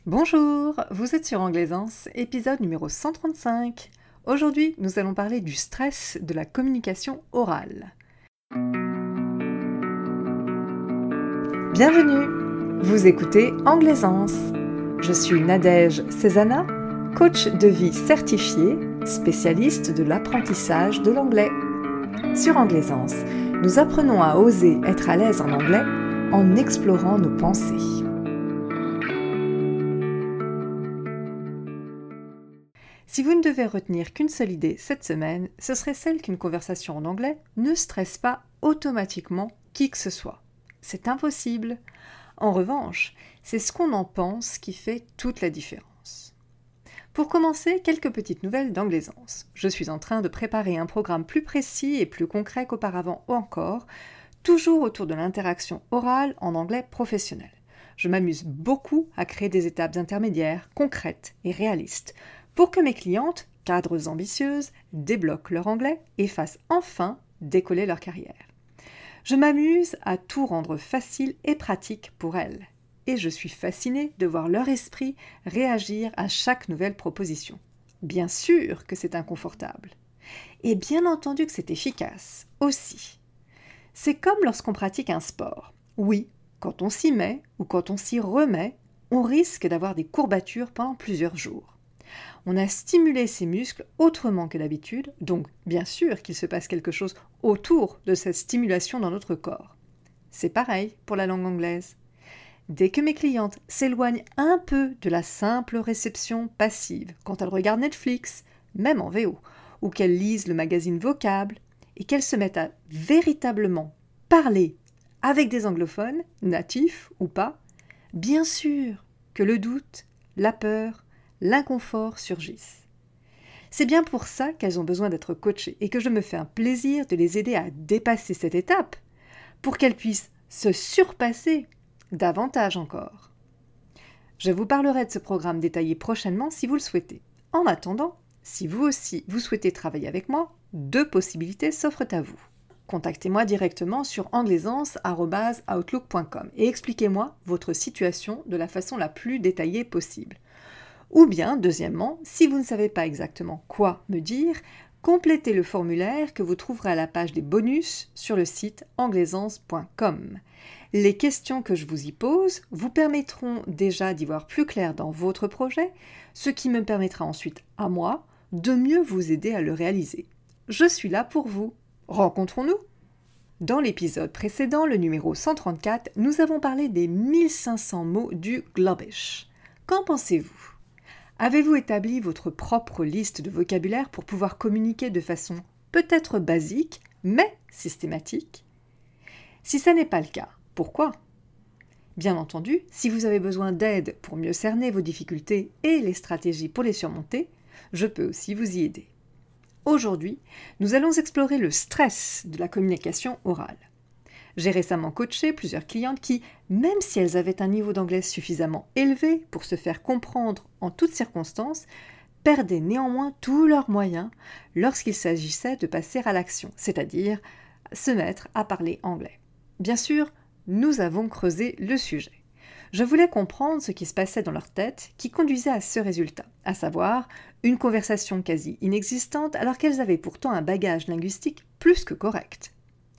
Bonjour, vous êtes sur Anglaisance, épisode numéro 135. Aujourd'hui, nous allons parler du stress de la communication orale. Bienvenue, vous écoutez Anglaisance. Je suis Nadège Cézanna, coach de vie certifié, spécialiste de l'apprentissage de l'anglais. Sur Anglaisance, nous apprenons à oser être à l'aise en anglais en explorant nos pensées. Si vous ne devez retenir qu'une seule idée cette semaine, ce serait celle qu'une conversation en anglais ne stresse pas automatiquement qui que ce soit. C'est impossible. En revanche, c'est ce qu'on en pense qui fait toute la différence. Pour commencer, quelques petites nouvelles d'Anglaisance. Je suis en train de préparer un programme plus précis et plus concret qu'auparavant ou encore, toujours autour de l'interaction orale en anglais professionnel. Je m'amuse beaucoup à créer des étapes intermédiaires, concrètes et réalistes, pour que mes clientes, cadres ambitieuses, débloquent leur anglais et fassent enfin décoller leur carrière. Je m'amuse à tout rendre facile et pratique pour elles. Et je suis fascinée de voir leur esprit réagir à chaque nouvelle proposition. Bien sûr que c'est inconfortable. Et bien entendu que c'est efficace aussi. C'est comme lorsqu'on pratique un sport. Oui, quand on s'y met ou quand on s'y remet, on risque d'avoir des courbatures pendant plusieurs jours. On a stimulé ses muscles autrement que d'habitude, donc bien sûr qu'il se passe quelque chose autour de cette stimulation dans notre corps. C'est pareil pour la langue anglaise. Dès que mes clientes s'éloignent un peu de la simple réception passive quand elles regardent Netflix, même en VO, ou qu'elles lisent le magazine Vocable, et qu'elles se mettent à véritablement parler avec des anglophones, natifs ou pas, bien sûr que le doute, la peur, l'inconfort surgissent. C'est bien pour ça qu'elles ont besoin d'être coachées et que je me fais un plaisir de les aider à dépasser cette étape pour qu'elles puissent se surpasser davantage encore. Je vous parlerai de ce programme détaillé prochainement si vous le souhaitez. En attendant, si vous aussi vous souhaitez travailler avec moi, 2 possibilités s'offrent à vous. Contactez-moi directement sur anglaisance@outlook.com et expliquez-moi votre situation de la façon la plus détaillée possible. Ou bien, deuxièmement, si vous ne savez pas exactement quoi me dire, complétez le formulaire que vous trouverez à la page des bonus sur le site anglaisance.com. Les questions que je vous y pose vous permettront déjà d'y voir plus clair dans votre projet, ce qui me permettra ensuite, à moi, de mieux vous aider à le réaliser. Je suis là pour vous. Rencontrons-nous! Dans l'épisode précédent, le numéro 134, nous avons parlé des 1500 mots du Globish. Qu'en pensez-vous ? Avez-vous établi votre propre liste de vocabulaire pour pouvoir communiquer de façon peut-être basique, mais systématique ? Si ça n'est pas le cas, pourquoi ? Bien entendu, si vous avez besoin d'aide pour mieux cerner vos difficultés et les stratégies pour les surmonter, je peux aussi vous y aider. Aujourd'hui, nous allons explorer le stress de la communication orale. J'ai récemment coaché plusieurs clientes qui, même si elles avaient un niveau d'anglais suffisamment élevé pour se faire comprendre en toutes circonstances, perdaient néanmoins tous leurs moyens lorsqu'il s'agissait de passer à l'action, c'est-à-dire se mettre à parler anglais. Bien sûr, nous avons creusé le sujet. Je voulais comprendre ce qui se passait dans leur tête qui conduisait à ce résultat, à savoir une conversation quasi inexistante alors qu'elles avaient pourtant un bagage linguistique plus que correct.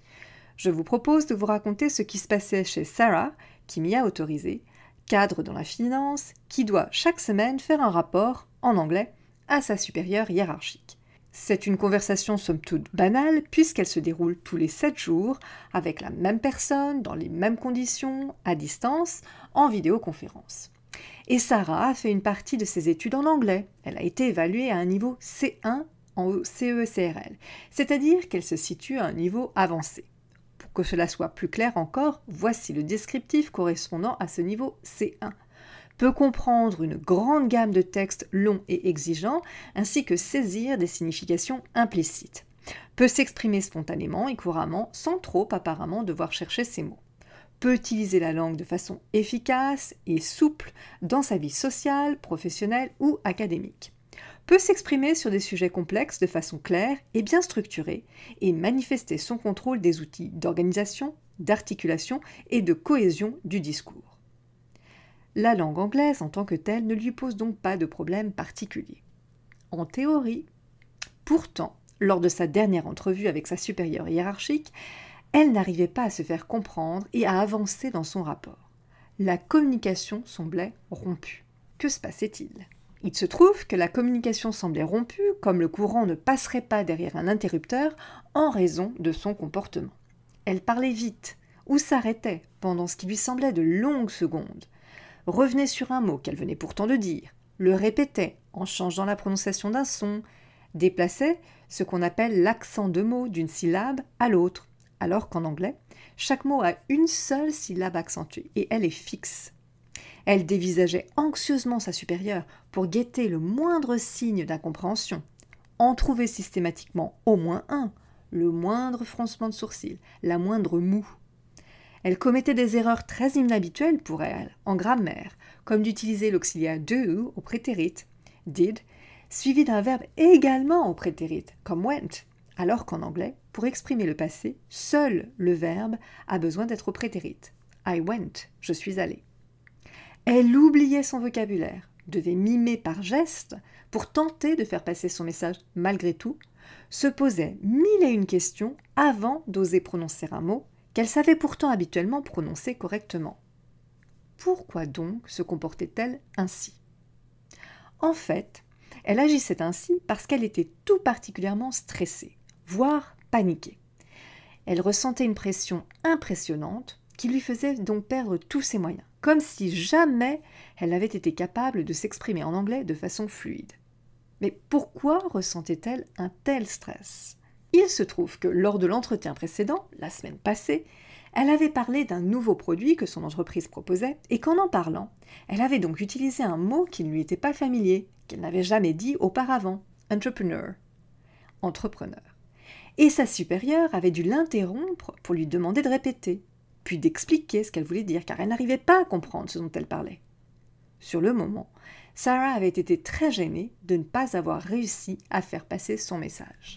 Je vous propose de vous raconter ce qui se passait chez Sarah, qui m'y a autorisé, cadre dans la finance, qui doit chaque semaine faire un rapport, en anglais, à sa supérieure hiérarchique. C'est une conversation somme toute banale, puisqu'elle se déroule tous les 7 jours, avec la même personne, dans les mêmes conditions, à distance, en vidéoconférence. Et Sarah a fait une partie de ses études en anglais. Elle a été évaluée à un niveau C1 en CE-CRL, c'est-à-dire qu'elle se situe à un niveau avancé. Pour que cela soit plus clair encore, voici le descriptif correspondant à ce niveau C1. Peut comprendre une grande gamme de textes longs et exigeants, ainsi que saisir des significations implicites. Peut s'exprimer spontanément et couramment, sans trop apparemment devoir chercher ses mots. Peut utiliser la langue de façon efficace et souple dans sa vie sociale, professionnelle ou académique. Peut s'exprimer sur des sujets complexes de façon claire et bien structurée et manifester son contrôle des outils d'organisation, d'articulation et de cohésion du discours. La langue anglaise en tant que telle ne lui pose donc pas de problème particulier. En théorie, pourtant, lors de sa dernière entrevue avec sa supérieure hiérarchique, elle n'arrivait pas à se faire comprendre et à avancer dans son rapport. La communication semblait rompue. Que se passait-il ? Il se trouve que la communication semblait rompue, comme le courant ne passerait pas derrière un interrupteur, en raison de son comportement. Elle parlait vite, ou s'arrêtait pendant ce qui lui semblait de longues secondes, revenait sur un mot qu'elle venait pourtant de dire, le répétait en changeant la prononciation d'un son, déplaçait ce qu'on appelle l'accent de mot d'une syllabe à l'autre, alors qu'en anglais, chaque mot a une seule syllabe accentuée et elle est fixe. Elle dévisageait anxieusement sa supérieure pour guetter le moindre signe d'incompréhension, en trouvait systématiquement au moins un, le moindre froncement de sourcil, la moindre moue. Elle commettait des erreurs très inhabituelles pour elle, en grammaire, comme d'utiliser l'auxiliaire do au prétérit, did, suivi d'un verbe également au prétérit, comme went, alors qu'en anglais, pour exprimer le passé, seul le verbe a besoin d'être au prétérit. I went, je suis allé. Elle oubliait son vocabulaire, devait mimer par geste pour tenter de faire passer son message malgré tout, se posait 1001 questions avant d'oser prononcer un mot qu'elle savait pourtant habituellement prononcer correctement. Pourquoi donc se comportait-elle ainsi ? En fait, elle agissait ainsi parce qu'elle était tout particulièrement stressée, voire paniquée. Elle ressentait une pression impressionnante qui lui faisait donc perdre tous ses moyens, comme si jamais elle n'avait été capable de s'exprimer en anglais de façon fluide. Mais pourquoi ressentait-elle un tel stress ? Il se trouve que lors de l'entretien précédent, la semaine passée, elle avait parlé d'un nouveau produit que son entreprise proposait et qu'en en parlant, elle avait donc utilisé un mot qui ne lui était pas familier, qu'elle n'avait jamais dit auparavant, entrepreneur. Et sa supérieure avait dû l'interrompre pour lui demander de répéter, puis d'expliquer ce qu'elle voulait dire, car elle n'arrivait pas à comprendre ce dont elle parlait. Sur le moment, Sarah avait été très gênée de ne pas avoir réussi à faire passer son message.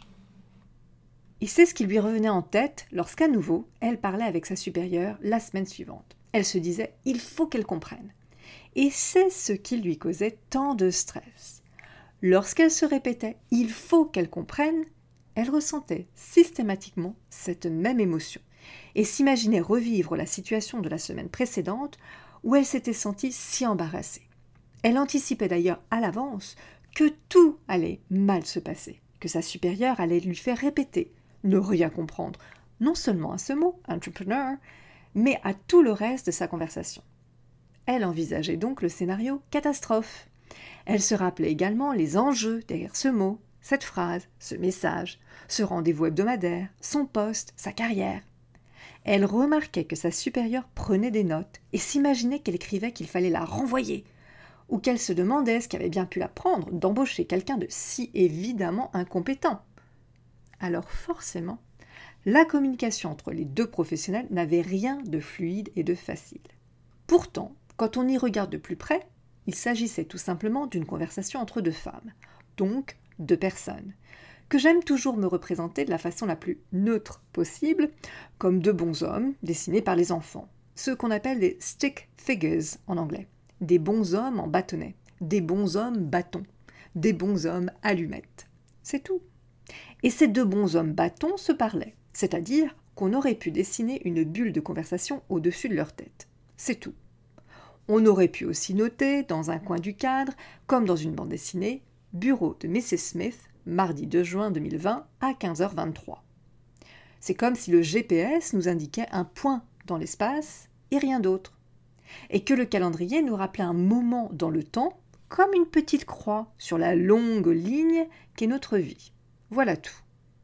Et c'est ce qui lui revenait en tête lorsqu'à nouveau, elle parlait avec sa supérieure la semaine suivante. Elle se disait « il faut qu'elle comprenne ». Et c'est ce qui lui causait tant de stress. Lorsqu'elle se répétait « il faut qu'elle comprenne », elle ressentait systématiquement cette même émotion et s'imaginait revivre la situation de la semaine précédente où elle s'était sentie si embarrassée. Elle anticipait d'ailleurs à l'avance que tout allait mal se passer, que sa supérieure allait lui faire répéter, ne rien comprendre, non seulement à ce mot, entrepreneur, mais à tout le reste de sa conversation. Elle envisageait donc le scénario catastrophe. Elle se rappelait également les enjeux derrière ce mot, cette phrase, ce message, ce rendez-vous hebdomadaire, son poste, sa carrière. Elle remarquait que sa supérieure prenait des notes et s'imaginait qu'elle écrivait qu'il fallait la renvoyer, ou qu'elle se demandait ce qui avait bien pu la prendre d'embaucher quelqu'un de si évidemment incompétent. Alors forcément, la communication entre les deux professionnels n'avait rien de fluide et de facile. Pourtant, quand on y regarde de plus près, il s'agissait tout simplement d'une conversation entre deux femmes, donc deux personnes, que j'aime toujours me représenter de la façon la plus neutre possible, comme deux bons hommes dessinés par les enfants, ceux qu'on appelle des stick figures en anglais, des bons hommes en bâtonnet, des bons hommes bâtons, des bons hommes allumettes. C'est tout. Et ces deux bons hommes bâtons se parlaient, c'est-à-dire qu'on aurait pu dessiner une bulle de conversation au-dessus de leur tête. C'est tout. On aurait pu aussi noter, dans un coin du cadre, comme dans une bande dessinée, « Bureau de Mrs. Smith, mardi 2 juin 2020 à 15h23 ». C'est comme si le GPS nous indiquait un point dans l'espace et rien d'autre. Et que le calendrier nous rappelait un moment dans le temps, comme une petite croix sur la longue ligne qu'est notre vie. Voilà tout.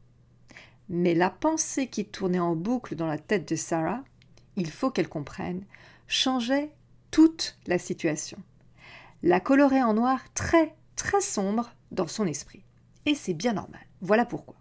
Mais la pensée qui tournait en boucle dans la tête de Sarah, il faut qu'elle comprenne, changeait toute la situation. La colorait en noir très, très sombre dans son esprit. Et c'est bien normal. Voilà pourquoi.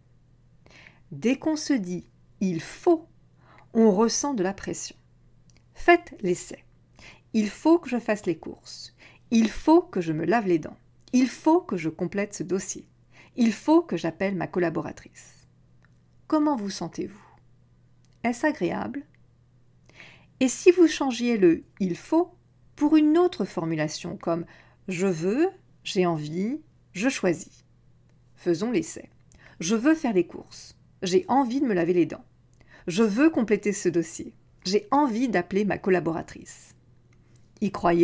Dès qu'on se dit « il faut », on ressent de la pression. Faites l'essai. Il faut que je fasse les courses. Il faut que je me lave les dents. Il faut que je complète ce dossier. Il faut que j'appelle ma collaboratrice. Comment vous sentez-vous ? Est-ce agréable ? Et si vous changiez le « il faut » pour une autre formulation comme « je veux »,« j'ai envie »,« je choisis ». Faisons l'essai. Je veux faire les courses. J'ai envie de me laver les dents. Je veux compléter ce dossier. J'ai envie d'appeler ma collaboratrice. Y croyez-vous ?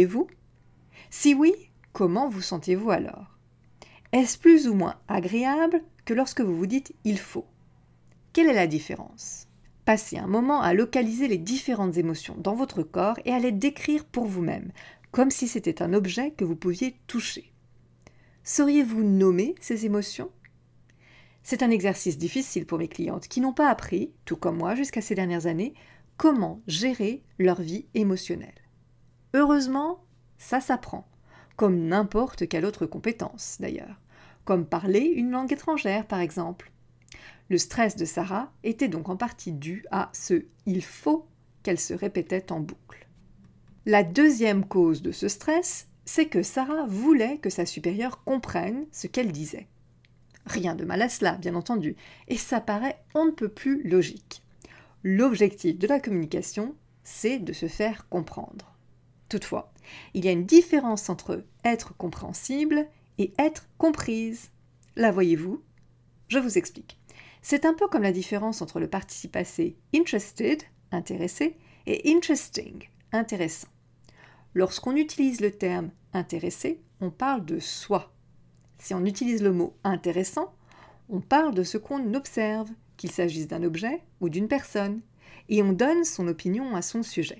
Si oui, comment vous sentez-vous alors ? Est-ce plus ou moins agréable que lorsque vous vous dites « il faut ». Quelle est la différence ? Passez un moment à localiser les différentes émotions dans votre corps et à les décrire pour vous-même, comme si c'était un objet que vous pouviez toucher. Sauriez-vous nommer ces émotions ? C'est un exercice difficile pour mes clientes qui n'ont pas appris, tout comme moi jusqu'à ces dernières années, comment gérer leur vie émotionnelle. Heureusement, ça s'apprend, comme n'importe quelle autre compétence d'ailleurs, comme parler une langue étrangère par exemple. Le stress de Sarah était donc en partie dû à ce « il faut » qu'elle se répétait en boucle. La deuxième cause de ce stress, c'est que Sarah voulait que sa supérieure comprenne ce qu'elle disait. Rien de mal à cela, bien entendu, et ça paraît on ne peut plus logique. L'objectif de la communication, c'est de se faire comprendre. Toutefois, il y a une différence entre être compréhensible et être comprise. La voyez-vous ? Je vous explique. C'est un peu comme la différence entre le participe passé interested, intéressé, et interesting, intéressant. Lorsqu'on utilise le terme intéressé, on parle de soi. Si on utilise le mot intéressant, on parle de ce qu'on observe, qu'il s'agisse d'un objet ou d'une personne, et on donne son opinion à son sujet.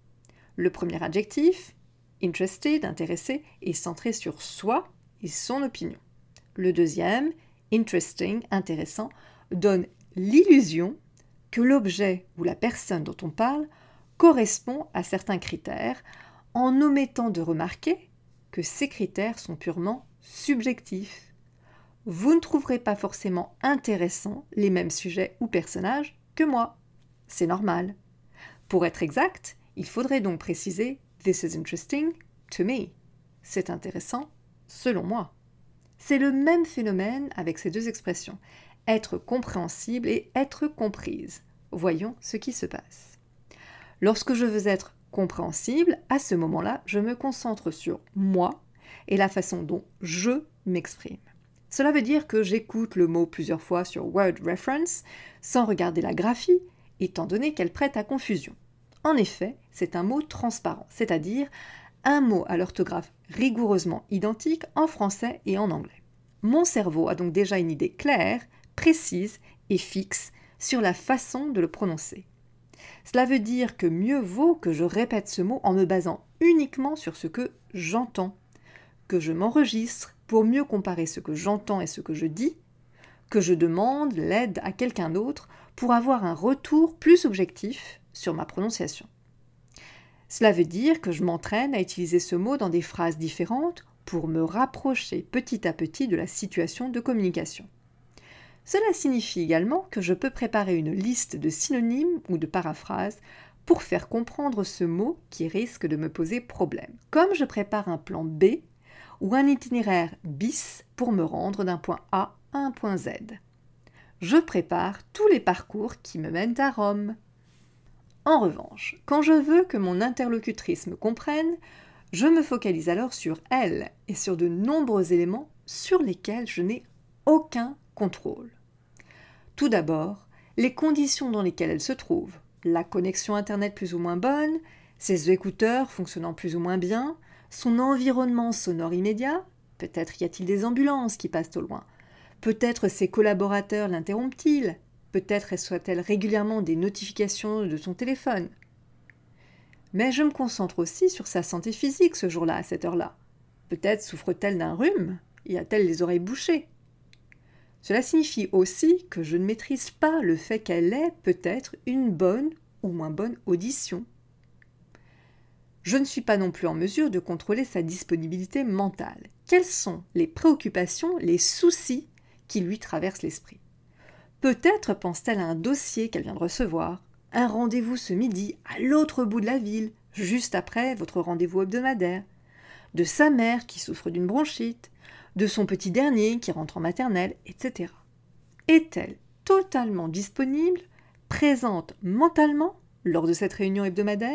Le premier adjectif, interested, intéressé, est centré sur soi et son opinion. Le deuxième, interesting, intéressant, donne l'illusion que l'objet ou la personne dont on parle correspond à certains critères, en omettant de remarquer que ces critères sont purement subjectifs. Vous ne trouverez pas forcément intéressants les mêmes sujets ou personnages que moi. C'est normal. Pour être exact, il faudrait donc préciser « This is interesting to me ». C'est intéressant selon moi. C'est le même phénomène avec ces deux expressions, être compréhensible et être comprise. Voyons ce qui se passe. Lorsque je veux être compréhensible, à ce moment-là, je me concentre sur moi et la façon dont je m'exprime. Cela veut dire que j'écoute le mot plusieurs fois sur Word Reference sans regarder la graphie, étant donné qu'elle prête à confusion. En effet, c'est un mot transparent, c'est-à-dire un mot à l'orthographe rigoureusement identique en français et en anglais. Mon cerveau a donc déjà une idée claire, précise et fixe sur la façon de le prononcer. Cela veut dire que mieux vaut que je répète ce mot en me basant uniquement sur ce que j'entends, que je m'enregistre pour mieux comparer ce que j'entends et ce que je dis, que je demande l'aide à quelqu'un d'autre pour avoir un retour plus objectif sur ma prononciation. Cela veut dire que je m'entraîne à utiliser ce mot dans des phrases différentes pour me rapprocher petit à petit de la situation de communication. Cela signifie également que je peux préparer une liste de synonymes ou de paraphrases pour faire comprendre ce mot qui risque de me poser problème, comme je prépare un plan B ou un itinéraire bis pour me rendre d'un point A à un point Z. Je prépare tous les parcours qui me mènent à Rome. En revanche, quand je veux que mon interlocutrice me comprenne, je me focalise alors sur elle et sur de nombreux éléments sur lesquels je n'ai aucun contrôle. Tout d'abord, les conditions dans lesquelles elle se trouve, la connexion Internet plus ou moins bonne, ses écouteurs fonctionnant plus ou moins bien, son environnement sonore immédiat, peut-être y a-t-il des ambulances qui passent au loin, peut-être ses collaborateurs l'interrompent-ils, peut-être reçoit-elle régulièrement des notifications de son téléphone. Mais je me concentre aussi sur sa santé physique ce jour-là, à cette heure-là. Peut-être souffre-t-elle d'un rhume, y a-t-elle les oreilles bouchées. Cela signifie aussi que je ne maîtrise pas le fait qu'elle ait peut-être une bonne ou moins bonne audition. Je ne suis pas non plus en mesure de contrôler sa disponibilité mentale. Quelles sont les préoccupations, les soucis qui lui traversent l'esprit ? Peut-être pense-t-elle à un dossier qu'elle vient de recevoir, un rendez-vous ce midi à l'autre bout de la ville, juste après votre rendez-vous hebdomadaire, de sa mère qui souffre d'une bronchite, de son petit dernier qui rentre en maternelle, etc. Est-elle totalement disponible, présente mentalement lors de cette réunion hebdomadaire ?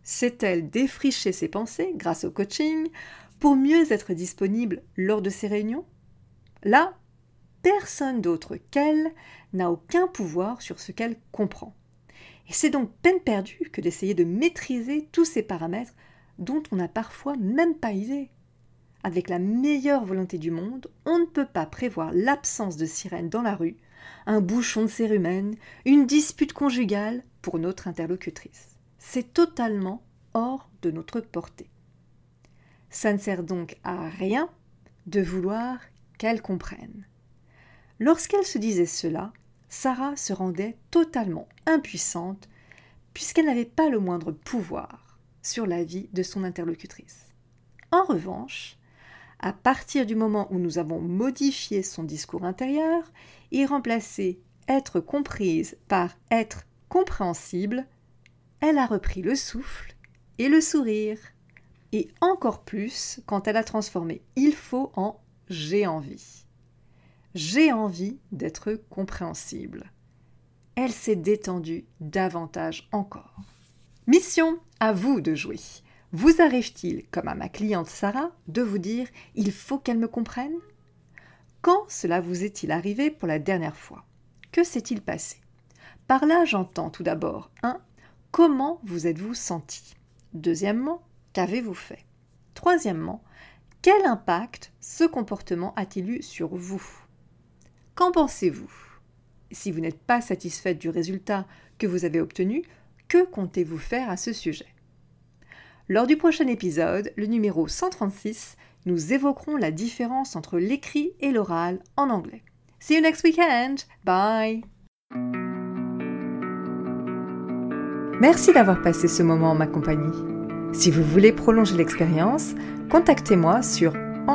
Sait-elle défricher ses pensées grâce au coaching pour mieux être disponible lors de ses réunions? Là, personne d'autre qu'elle n'a aucun pouvoir sur ce qu'elle comprend. Et c'est donc peine perdue que d'essayer de maîtriser tous ces paramètres dont on n'a parfois même pas idée. Avec la meilleure volonté du monde, on ne peut pas prévoir l'absence de sirène dans la rue, un bouchon de cérumen, une dispute conjugale pour notre interlocutrice. C'est totalement hors de notre portée. Ça ne sert donc à rien de vouloir qu'elle comprenne. Lorsqu'elle se disait cela, Sarah se rendait totalement impuissante puisqu'elle n'avait pas le moindre pouvoir sur la vie de son interlocutrice. En revanche, à partir du moment où nous avons modifié son discours intérieur et remplacé « être comprise » par « être compréhensible », elle a repris le souffle et le sourire. Et encore plus quand elle a transformé « il faut » en « j'ai envie ». J'ai envie d'être compréhensible. Elle s'est détendue davantage encore. Mission, à vous de jouer. Vous arrive-t-il, comme à ma cliente Sarah, de vous dire « il faut qu'elle me comprenne » ? Quand cela vous est-il arrivé pour la dernière fois ? Que s'est-il passé ? Par là, j'entends tout d'abord 1. Comment vous êtes-vous senti ? Deuxièmement, qu'avez-vous fait ? Troisièmement, quel impact ce comportement a-t-il eu sur vous ? Qu'en pensez-vous ? Si vous n'êtes pas satisfaite du résultat que vous avez obtenu, que comptez-vous faire à ce sujet ? Lors du prochain épisode, le numéro 136, nous évoquerons la différence entre l'écrit et l'oral en anglais. See you next weekend. Bye. Merci d'avoir passé ce moment en ma compagnie. Si vous voulez prolonger l'expérience, contactez-moi sur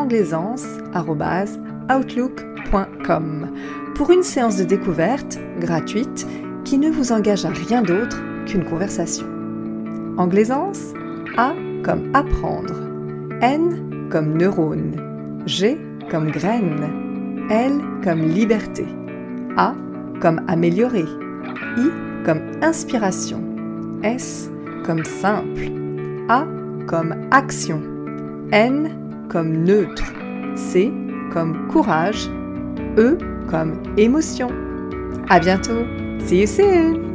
anglaisance@outlook.com pour une séance de découverte gratuite qui ne vous engage à rien d'autre qu'une conversation. Anglaisance, A comme apprendre, N comme neurone, G comme graine, L comme liberté, A comme améliorer, I comme inspiration, S comme simple, A comme action, N comme neutre, C comme courage, E comme émotion. À bientôt. See you soon.